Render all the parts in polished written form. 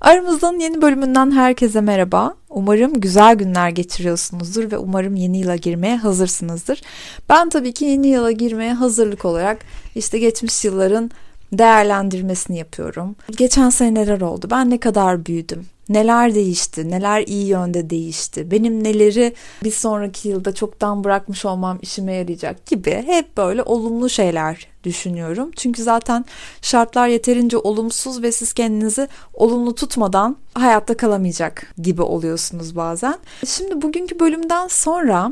Aramızdan yeni bölümünden herkese merhaba. Umarım güzel günler geçiriyorsunuzdur ve umarım yeni yıla girmeye hazırsınızdır. Ben tabii ki yeni yıla girmeye hazırlık olarak işte geçmiş yılların değerlendirmesini yapıyorum. Geçen sene neler oldu? Ben ne kadar büyüdüm? Neler değişti? Neler iyi yönde değişti? Benim neleri bir sonraki yılda çoktan bırakmış olmam işime yarayacak gibi hep böyle olumlu şeyler düşünüyorum. Çünkü zaten şartlar yeterince olumsuz ve siz kendinizi olumlu tutmadan hayatta kalamayacak gibi oluyorsunuz bazen. Şimdi bugünkü bölümden sonra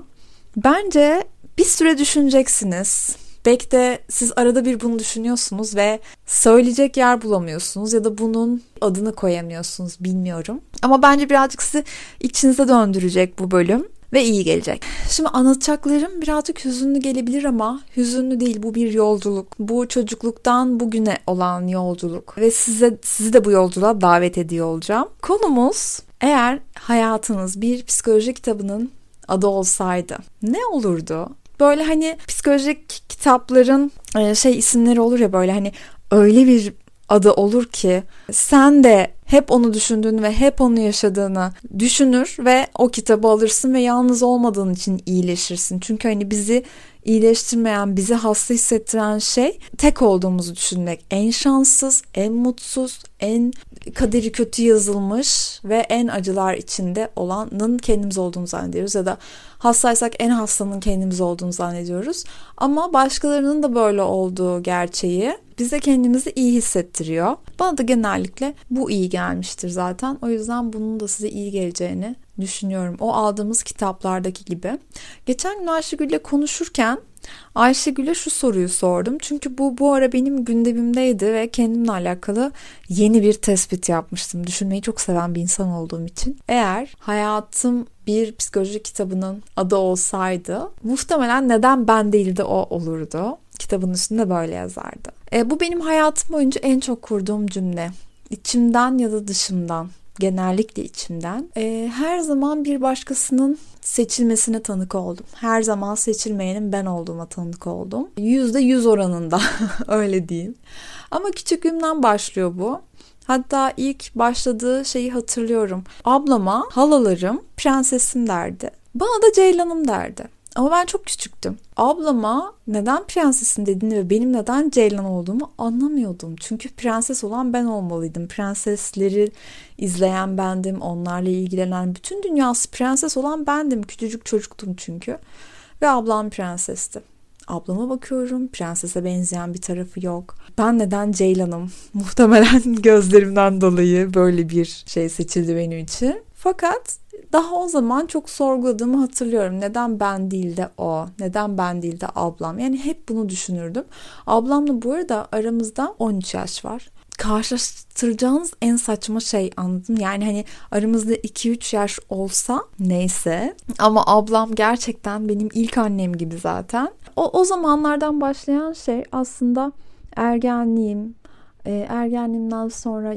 bence bir süre düşüneceksiniz. Belki de siz arada bir bunu düşünüyorsunuz ve söyleyecek yer bulamıyorsunuz ya da bunun adını koyamıyorsunuz, bilmiyorum. Ama bence birazcık sizi içinize döndürecek bu bölüm ve iyi gelecek. Şimdi anlatacaklarım birazcık hüzünlü gelebilir ama hüzünlü değil, bu bir yolculuk. Bu çocukluktan bugüne olan yolculuk ve sizi de bu yolculuğa davet ediyor olacağım. Konumuz, eğer hayatınız bir psikoloji kitabının adı olsaydı ne olurdu? Böyle hani psikolojik kitapların isimleri olur ya, böyle hani öyle bir adı olur ki sen de hep onu düşündüğünü ve hep onu yaşadığını düşünür ve o kitabı alırsın ve yalnız olmadığın için iyileşirsin. Çünkü hani bizi iyileştirmeyen, bizi hasta hissettiren şey tek olduğumuzu düşünmek. En şanssız, en mutsuz, en kaderi kötü yazılmış ve en acılar içinde olanın kendimiz olduğunu zannediyoruz ya da hastaysak en hastanın kendimiz olduğunu zannediyoruz. Ama başkalarının da böyle olduğu gerçeği bize kendimizi iyi hissettiriyor. Bana da genellikle bu iyi gelmiştir zaten. O yüzden bunun da size iyi geleceğini düşünüyorum. O aldığımız kitaplardaki gibi. Geçen gün Ayşegül'le konuşurken Ayşegül'e şu soruyu sordum. Çünkü bu ara benim gündemimdeydi ve kendimle alakalı yeni bir tespit yapmıştım. Düşünmeyi çok seven bir insan olduğum için. Eğer hayatım bir psikoloji kitabının adı olsaydı muhtemelen neden ben değil de o olurdu. Kitabın üstünde böyle yazardı. Bu benim hayatım boyunca en çok kurduğum cümle. İçimden ya da dışımdan. Genellikle içimden. Her zaman bir başkasının seçilmesine tanık oldum. Her zaman seçilmeyenin ben olduğuma tanık oldum. %100 oranında öyle diyeyim. Ama küçüklüğümden başlıyor bu. Hatta ilk başladığı şeyi hatırlıyorum. Ablama halalarım prensesim derdi. Bana da Ceylan'ım derdi. Ama ben çok küçüktüm. Ablama neden prensesin dediğini ve benim neden Ceylan olduğumu anlamıyordum. Çünkü prenses olan ben olmalıydım. Prensesleri izleyen bendim. Onlarla ilgilenen, bütün dünyası prenses olan bendim. Küçücük çocuktum çünkü. Ve ablam prensesti. Ablama bakıyorum. Prensese benzeyen bir tarafı yok. Ben neden Ceylan'ım? Muhtemelen gözlerimden dolayı böyle bir şey seçildi benim için. Fakat daha o zaman çok sorguladığımı hatırlıyorum. Neden ben değil de o? Neden ben değil de ablam? Yani hep bunu düşünürdüm. Ablamla bu arada aramızda 13 yaş var. Karşılaştıracağınız en saçma şey, anladım. Yani hani aramızda 2-3 yaş olsa neyse. Ama ablam gerçekten benim ilk annem gibi zaten. O zamanlardan başlayan şey aslında ergenliğim. Ergenliğimden sonra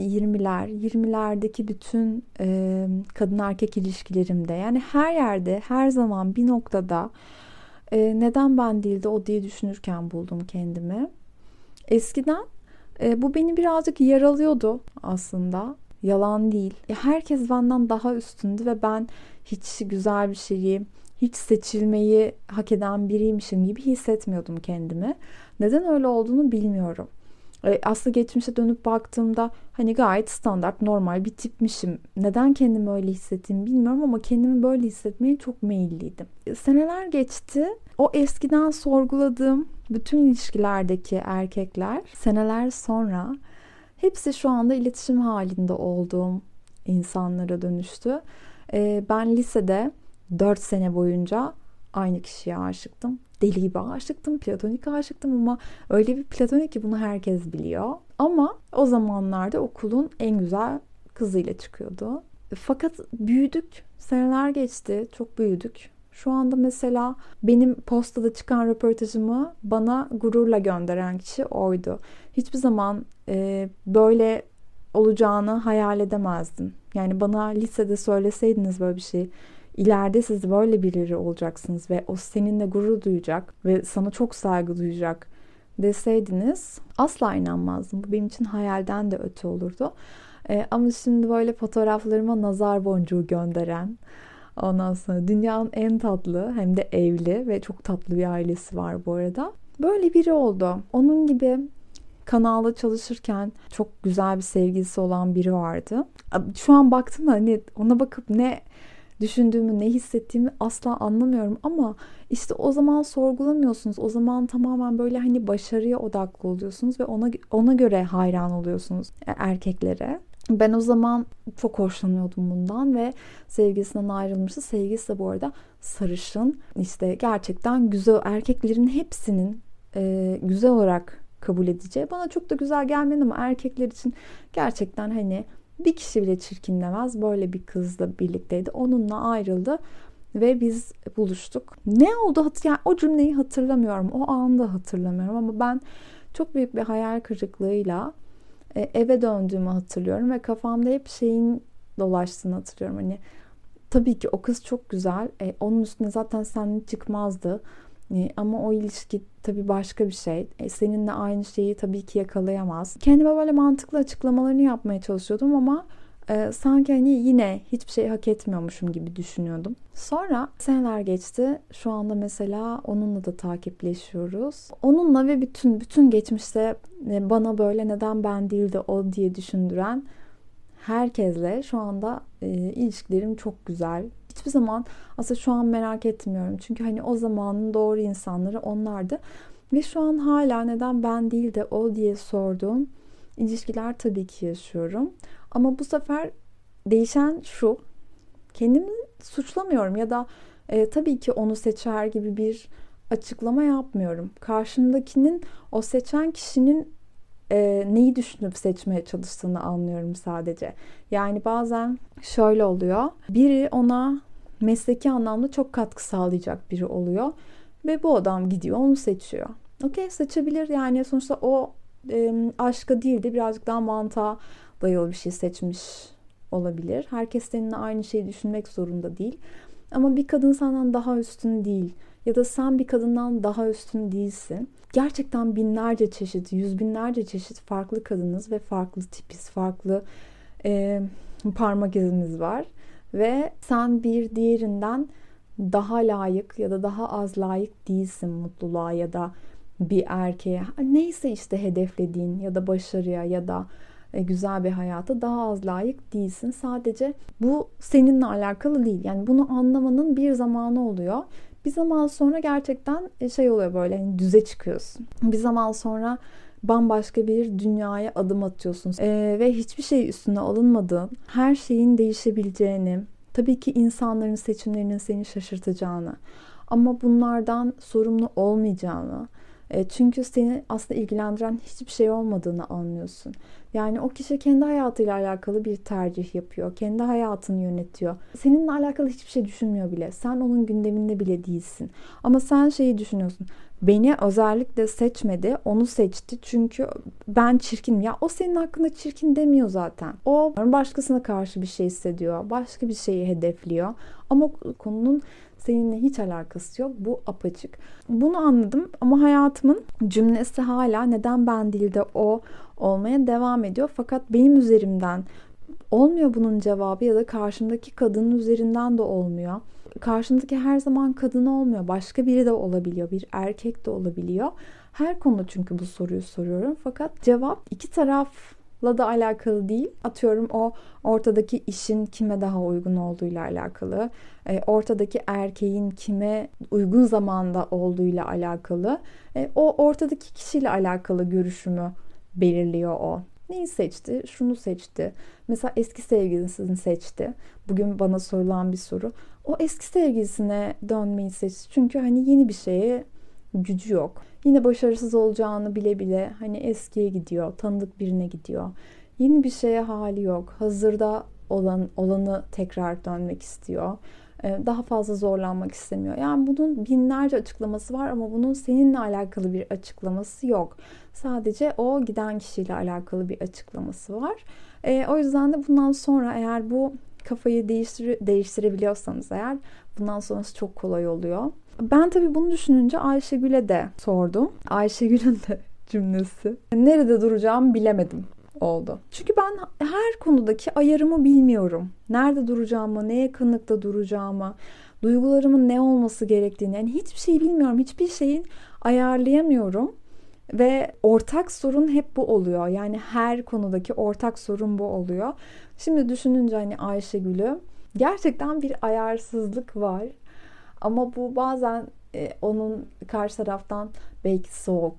20'lerdeki bütün kadın erkek ilişkilerimde, yani her yerde, her zaman bir noktada neden ben değil de o diye düşünürken buldum kendimi. Eskiden bu beni birazcık yaralıyordu aslında. Yalan değil. Herkes benden daha üstündü ve ben hiç güzel bir şeyi, hiç seçilmeyi hak eden biriymişim gibi hissetmiyordum kendimi. Neden öyle olduğunu bilmiyorum. Aslında geçmişe dönüp baktığımda hani gayet standart, normal bir tipmişim. Neden kendimi öyle hissettiğimi bilmiyorum ama kendimi böyle hissetmeye çok meyilliydim. Seneler geçti. O eskiden sorguladığım bütün ilişkilerdeki erkekler seneler sonra hepsi şu anda iletişim halinde olduğum insanlara dönüştü. Ben lisede 4 sene boyunca aynı kişiye aşıktım. Deli gibi aşıktım, platonik aşıktım ama öyle bir platonik ki bunu herkes biliyor. Ama o zamanlarda okulun en güzel kızıyla çıkıyordu. Fakat büyüdük, seneler geçti, çok büyüdük. Şu anda mesela benim postada çıkan röportajımı bana gururla gönderen kişi oydu. Hiçbir zaman böyle olacağını hayal edemezdim. Yani bana lisede söyleseydiniz böyle bir şey, İleride siz böyle birileri olacaksınız ve o seninle gurur duyacak ve sana çok saygı duyacak deseydiniz asla inanmazdım. Bu benim için hayalden de öte olurdu. Ama şimdi böyle fotoğraflarıma nazar boncuğu gönderen, ondan sonra dünyanın en tatlı hem de evli ve çok tatlı bir ailesi var bu arada. Böyle biri oldu. Onun gibi kanalda çalışırken çok güzel bir sevgilisi olan biri vardı. Şu an baktım da hani ona bakıp ne düşündüğümü, ne hissettiğimi asla anlamıyorum ama işte o zaman sorgulamıyorsunuz. O zaman tamamen böyle hani başarıya odaklı oluyorsunuz ve ona göre hayran oluyorsunuz erkeklere. Ben o zaman çok hoşlanıyordum bundan ve sevgilisinden ayrılmıştı. Sevgilisi de bu arada sarışın. İşte gerçekten güzel, erkeklerin hepsinin güzel olarak kabul edeceği. Bana çok da güzel gelmedi ama erkekler için gerçekten hani bir kişi bile çirkin demez. Böyle bir kızla birlikteydi. Onunla ayrıldı ve biz buluştuk. Ne oldu? Yani o cümleyi hatırlamıyorum. O anda hatırlamıyorum ama ben çok büyük bir hayal kırıklığıyla eve döndüğümü hatırlıyorum ve kafamda hep şeyin dolaştığını hatırlıyorum. Hani tabii ki o kız çok güzel. Onun üstüne zaten seninle çıkmazdı. Ama o ilişki tabii başka bir şey. Seninle aynı şeyi tabii ki yakalayamaz. Kendime böyle mantıklı açıklamalarını yapmaya çalışıyordum ama sanki hani yine hiçbir şey hak etmiyormuşum gibi düşünüyordum. Sonra seneler geçti. Şu anda mesela onunla da takipleşiyoruz. Onunla ve bütün geçmişte bana böyle neden ben değil de o diye düşündüren herkesle şu anda ilişkilerim çok güzel. Hiçbir zaman aslında şu an merak etmiyorum. Çünkü hani o zamanın doğru insanları onlardı. Ve şu an hala neden ben değil de o diye sorduğum ilişkiler tabii ki yaşıyorum. Ama bu sefer değişen şu. Kendimi suçlamıyorum ya da tabii ki onu seçer gibi bir açıklama yapmıyorum. Karşımdakinin, o seçen kişinin neyi düşünüp seçmeye çalıştığını anlıyorum sadece. Yani bazen şöyle oluyor. Biri ona mesleki anlamda çok katkı sağlayacak biri oluyor. Ve bu adam gidiyor onu seçiyor. Okey, seçebilir yani sonuçta o aşka değil de birazcık daha mantığa dayalı bir şey seçmiş olabilir. Herkes seninle aynı şeyi düşünmek zorunda değil. Ama bir kadın senden daha üstün değil. Ya da sen bir kadından daha üstün değilsin. Gerçekten binlerce çeşit, yüz binlerce çeşit farklı kadınız ve farklı tipiz, farklı parmak izimiz var. Ve sen bir diğerinden daha layık ya da daha az layık değilsin mutluluğa ya da bir erkeğe. Neyse işte hedeflediğin ya da başarıya ya da güzel bir hayata daha az layık değilsin. Sadece bu seninle alakalı değil. Yani bunu anlamanın bir zamanı oluyor. Bir zaman sonra gerçekten şey oluyor böyle hani düze çıkıyorsun. Bir zaman sonra bambaşka bir dünyaya adım atıyorsun. Ve hiçbir şey üstüne alınmadığın, her şeyin değişebileceğini, tabii ki insanların seçimlerinin seni şaşırtacağını ama bunlardan sorumlu olmayacağını, çünkü seni aslında ilgilendiren hiçbir şey olmadığını anlıyorsun. Yani o kişi kendi hayatıyla alakalı bir tercih yapıyor. Kendi hayatını yönetiyor. Seninle alakalı hiçbir şey düşünmüyor bile. Sen onun gündeminde bile değilsin. Ama sen şeyi düşünüyorsun. Beni özellikle seçmedi, onu seçti. Çünkü ben çirkinim. Ya o senin hakkında çirkin demiyor zaten. O başkasına karşı bir şey hissediyor. Başka bir şeyi hedefliyor. Ama konunun seninle hiç alakası yok. Bu apaçık. Bunu anladım ama hayatımın cümlesi hala neden ben değil de o olmaya devam ediyor. Fakat benim üzerimden olmuyor bunun cevabı ya da karşımdaki kadının üzerinden de olmuyor. Karşımdaki her zaman kadın olmuyor. Başka biri de olabiliyor. Bir erkek de olabiliyor. Her konuda çünkü bu soruyu soruyorum. Fakat cevap iki tarafla da alakalı değil. Atıyorum o ortadaki işin kime daha uygun olduğuyla alakalı. Ortadaki erkeğin kime uygun zamanda olduğuyla alakalı. O ortadaki kişiyle alakalı görüşümü belirliyor o. Neyi seçti? Şunu seçti. Mesela eski sevgilisini seçti. Bugün bana sorulan bir soru. O eski sevgilisine dönmeyi seçti. Çünkü hani yeni bir şeye gücü yok. Yine başarısız olacağını bile bile hani eskiye gidiyor. Tanıdık birine gidiyor. Yeni bir şeye hali yok. Hazırda olanı tekrar dönmek istiyor. Daha fazla zorlanmak istemiyor. Yani bunun binlerce açıklaması var ama bunun seninle alakalı bir açıklaması yok. Sadece o giden kişiyle alakalı bir açıklaması var. O yüzden de bundan sonra eğer bu kafayı değiştirebiliyorsanız eğer bundan sonrası çok kolay oluyor. Ben tabii bunu düşününce Ayşegül'e de sordum. Ayşegül'ün de cümlesi. Nerede duracağımı bilemedim. oldu. Çünkü ben her konudaki ayarımı bilmiyorum. Nerede duracağımı, neye yakınlıkta duracağımı, duygularımın ne olması gerektiğini, yani hiçbir şey bilmiyorum. Hiçbir şeyin ayarlayamıyorum. Ve ortak sorun hep bu oluyor. Yani her konudaki ortak sorun bu oluyor. Şimdi düşününce hani Ayşegül'ü, gerçekten bir ayarsızlık var. Ama bu bazen onun karşı taraftan belki soğuk,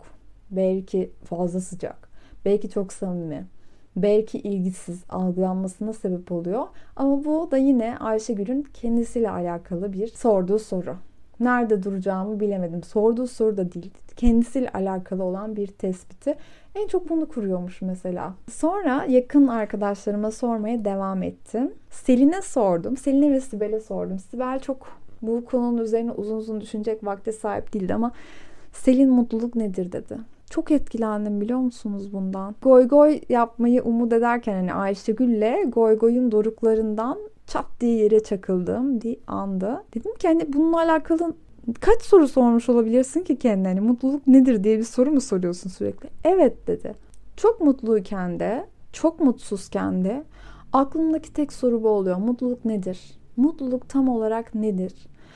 belki fazla sıcak, belki çok samimi, belki ilgisiz algılanmasına sebep oluyor. Ama bu da yine Ayşegül'ün kendisiyle alakalı bir sorduğu soru. Nerede duracağımı bilemedim. Sorduğu soru da değil, kendisiyle alakalı olan bir tespiti. En çok bunu kuruyormuş mesela. Sonra yakın arkadaşlarıma sormaya devam ettim. Selin'e sordum. Selin'e ve Sibel'e sordum. Sibel çok bu konunun üzerine uzun uzun düşünecek vakte sahip değildi ama Selin mutluluk nedir dedi. Çok etkilendim biliyor musunuz bundan? Goy goy yapmayı umut ederken hani Ayşegül'le goy goyun doruklarından çat diye yere çakıldığım bir anda. Dedim ki hani bununla alakalı kaç soru sormuş olabilirsin ki kendine? Hani mutluluk nedir diye bir soru mu soruyorsun sürekli? Evet dedi. Çok mutluyken de, çok mutsuzken de aklımdaki tek soru bu oluyor. Mutluluk nedir? Mutluluk tam olarak nedir?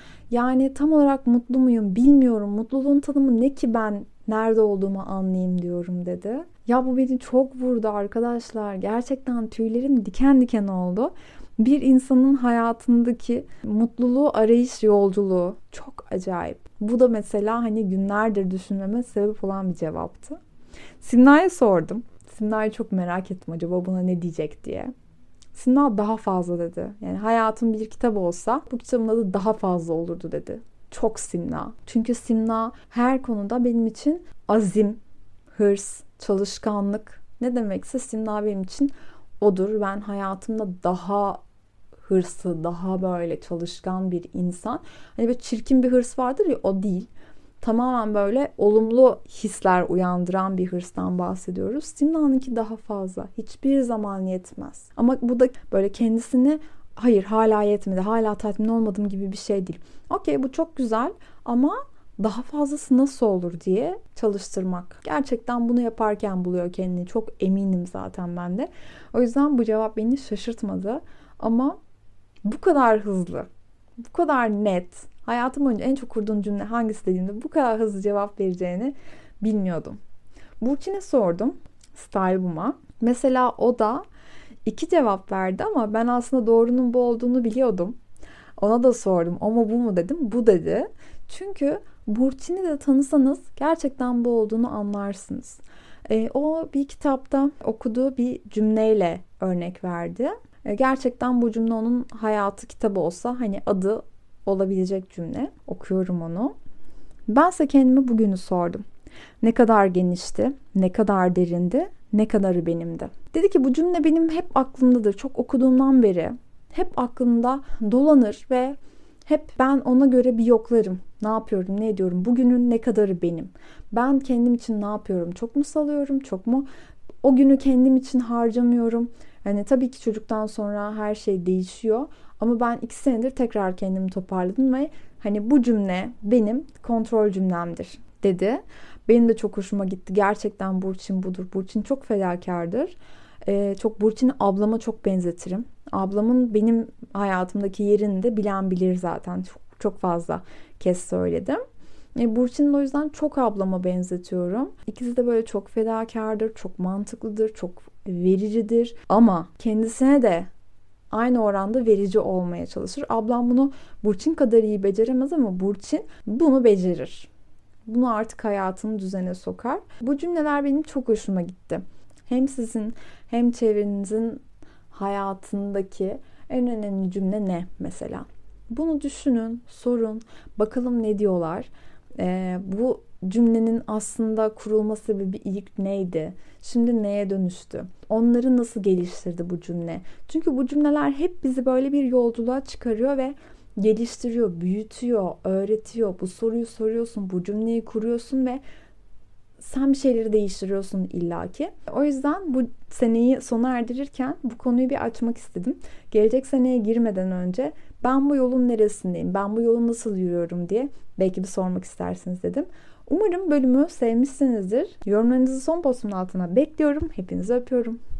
Yani tam olarak mutlu muyum bilmiyorum. Mutluluğun tanımı ne ki ben nerede olduğumu anlayayım diyorum dedi. Ya bu beni çok vurdu arkadaşlar. Gerçekten tüylerim diken diken oldu. Bir insanın hayatındaki mutluluğu arayış yolculuğu çok acayip. Bu da mesela hani günlerdir düşünmeme sebep olan bir cevaptı. Simna'ya sordum. Simna'yı çok merak ettim acaba buna ne diyecek diye. Simna daha fazla dedi. Yani hayatım bir kitap olsa bu kitabın adı daha fazla olurdu dedi. Çok Simna. Çünkü Simna her konuda benim için azim, hırs, çalışkanlık ne demekse Simna benim için odur. Ben hayatımda daha hırslı, daha böyle çalışkan bir insan. Hani böyle çirkin bir hırs vardır ya, o değil. Tamamen böyle olumlu hisler uyandıran bir hırstan bahsediyoruz. Simna'nınki daha fazla. Hiçbir zaman yetmez. Ama bu da böyle kendisini hayır hala yetmedi, hala tatmin olmadım gibi bir şey değil. Okey, bu çok güzel ama daha fazlası nasıl olur diye çalıştırmak. Gerçekten bunu yaparken buluyor kendini. Çok eminim zaten ben de. O yüzden bu cevap beni şaşırtmadı. Ama bu kadar hızlı, bu kadar net, hayatım boyunca en çok kurduğum cümle hangisi dediğimde bu kadar hızlı cevap vereceğini bilmiyordum. Burçin'e sordum. Style Boom'a. Mesela o da 2 cevap verdi ama ben aslında doğrunun bu olduğunu biliyordum. Ona da sordum. O mu bu mu dedim. Bu dedi. Çünkü Burçin'i de tanısanız gerçekten bu olduğunu anlarsınız. O bir kitapta okuduğu bir cümleyle örnek verdi. Gerçekten bu cümle onun hayatı kitabı olsa hani adı olabilecek cümle. Okuyorum onu. Bense kendime bugünü sordum. Ne kadar genişti, ne kadar derindi, ne kadarı benimdi. Dedi ki bu cümle benim hep aklımdadır. Çok okuduğumdan beri hep aklımda dolanır ve hep ben ona göre bir yoklarım. Ne yapıyorum, ne ediyorum? Bugünün ne kadarı benim? Ben kendim için ne yapıyorum? Çok mu salıyorum, çok mu? O günü kendim için harcamıyorum. Yani tabii ki çocuktan sonra her şey değişiyor. Ama ben 2 senedir tekrar kendimi toparladım ve hani bu cümle benim kontrol cümlemdir dedi. Benim de çok hoşuma gitti. Gerçekten Burçin budur. Burçin çok fedakardır. Burçin'i ablama çok benzetirim. Ablamın benim hayatımdaki yerini de bilen bilir zaten. Çok fazla kez söyledim. Burçin'i o yüzden çok ablama benzetiyorum. İkisi de böyle çok fedakardır, çok mantıklıdır, çok vericidir. Ama kendisine de aynı oranda verici olmaya çalışır. Ablam bunu Burçin kadar iyi beceremez ama Burçin bunu becerir. Bunu artık hayatının düzene sokar. Bu cümleler benim çok hoşuma gitti. Hem sizin hem çevrenizin hayatındaki en önemli cümle ne mesela? Bunu düşünün, sorun, bakalım ne diyorlar. Bu cümlenin aslında kurulma sebebi ilk neydi? Şimdi neye dönüştü? Onları nasıl geliştirdi bu cümle? Çünkü bu cümleler hep bizi böyle bir yolculuğa çıkarıyor ve geliştiriyor, büyütüyor, öğretiyor. Bu soruyu soruyorsun, bu cümleyi kuruyorsun ve sen bir şeyleri değiştiriyorsun illaki. O yüzden bu seneyi sona erdirirken bu konuyu bir açmak istedim. Gelecek seneye girmeden önce ben bu yolun neresindeyim, ben bu yolu nasıl yürüyorum diye belki bir sormak istersiniz dedim. Umarım bölümü sevmişsinizdir. Yorumlarınızı son postumun altına bekliyorum. Hepinizi öpüyorum.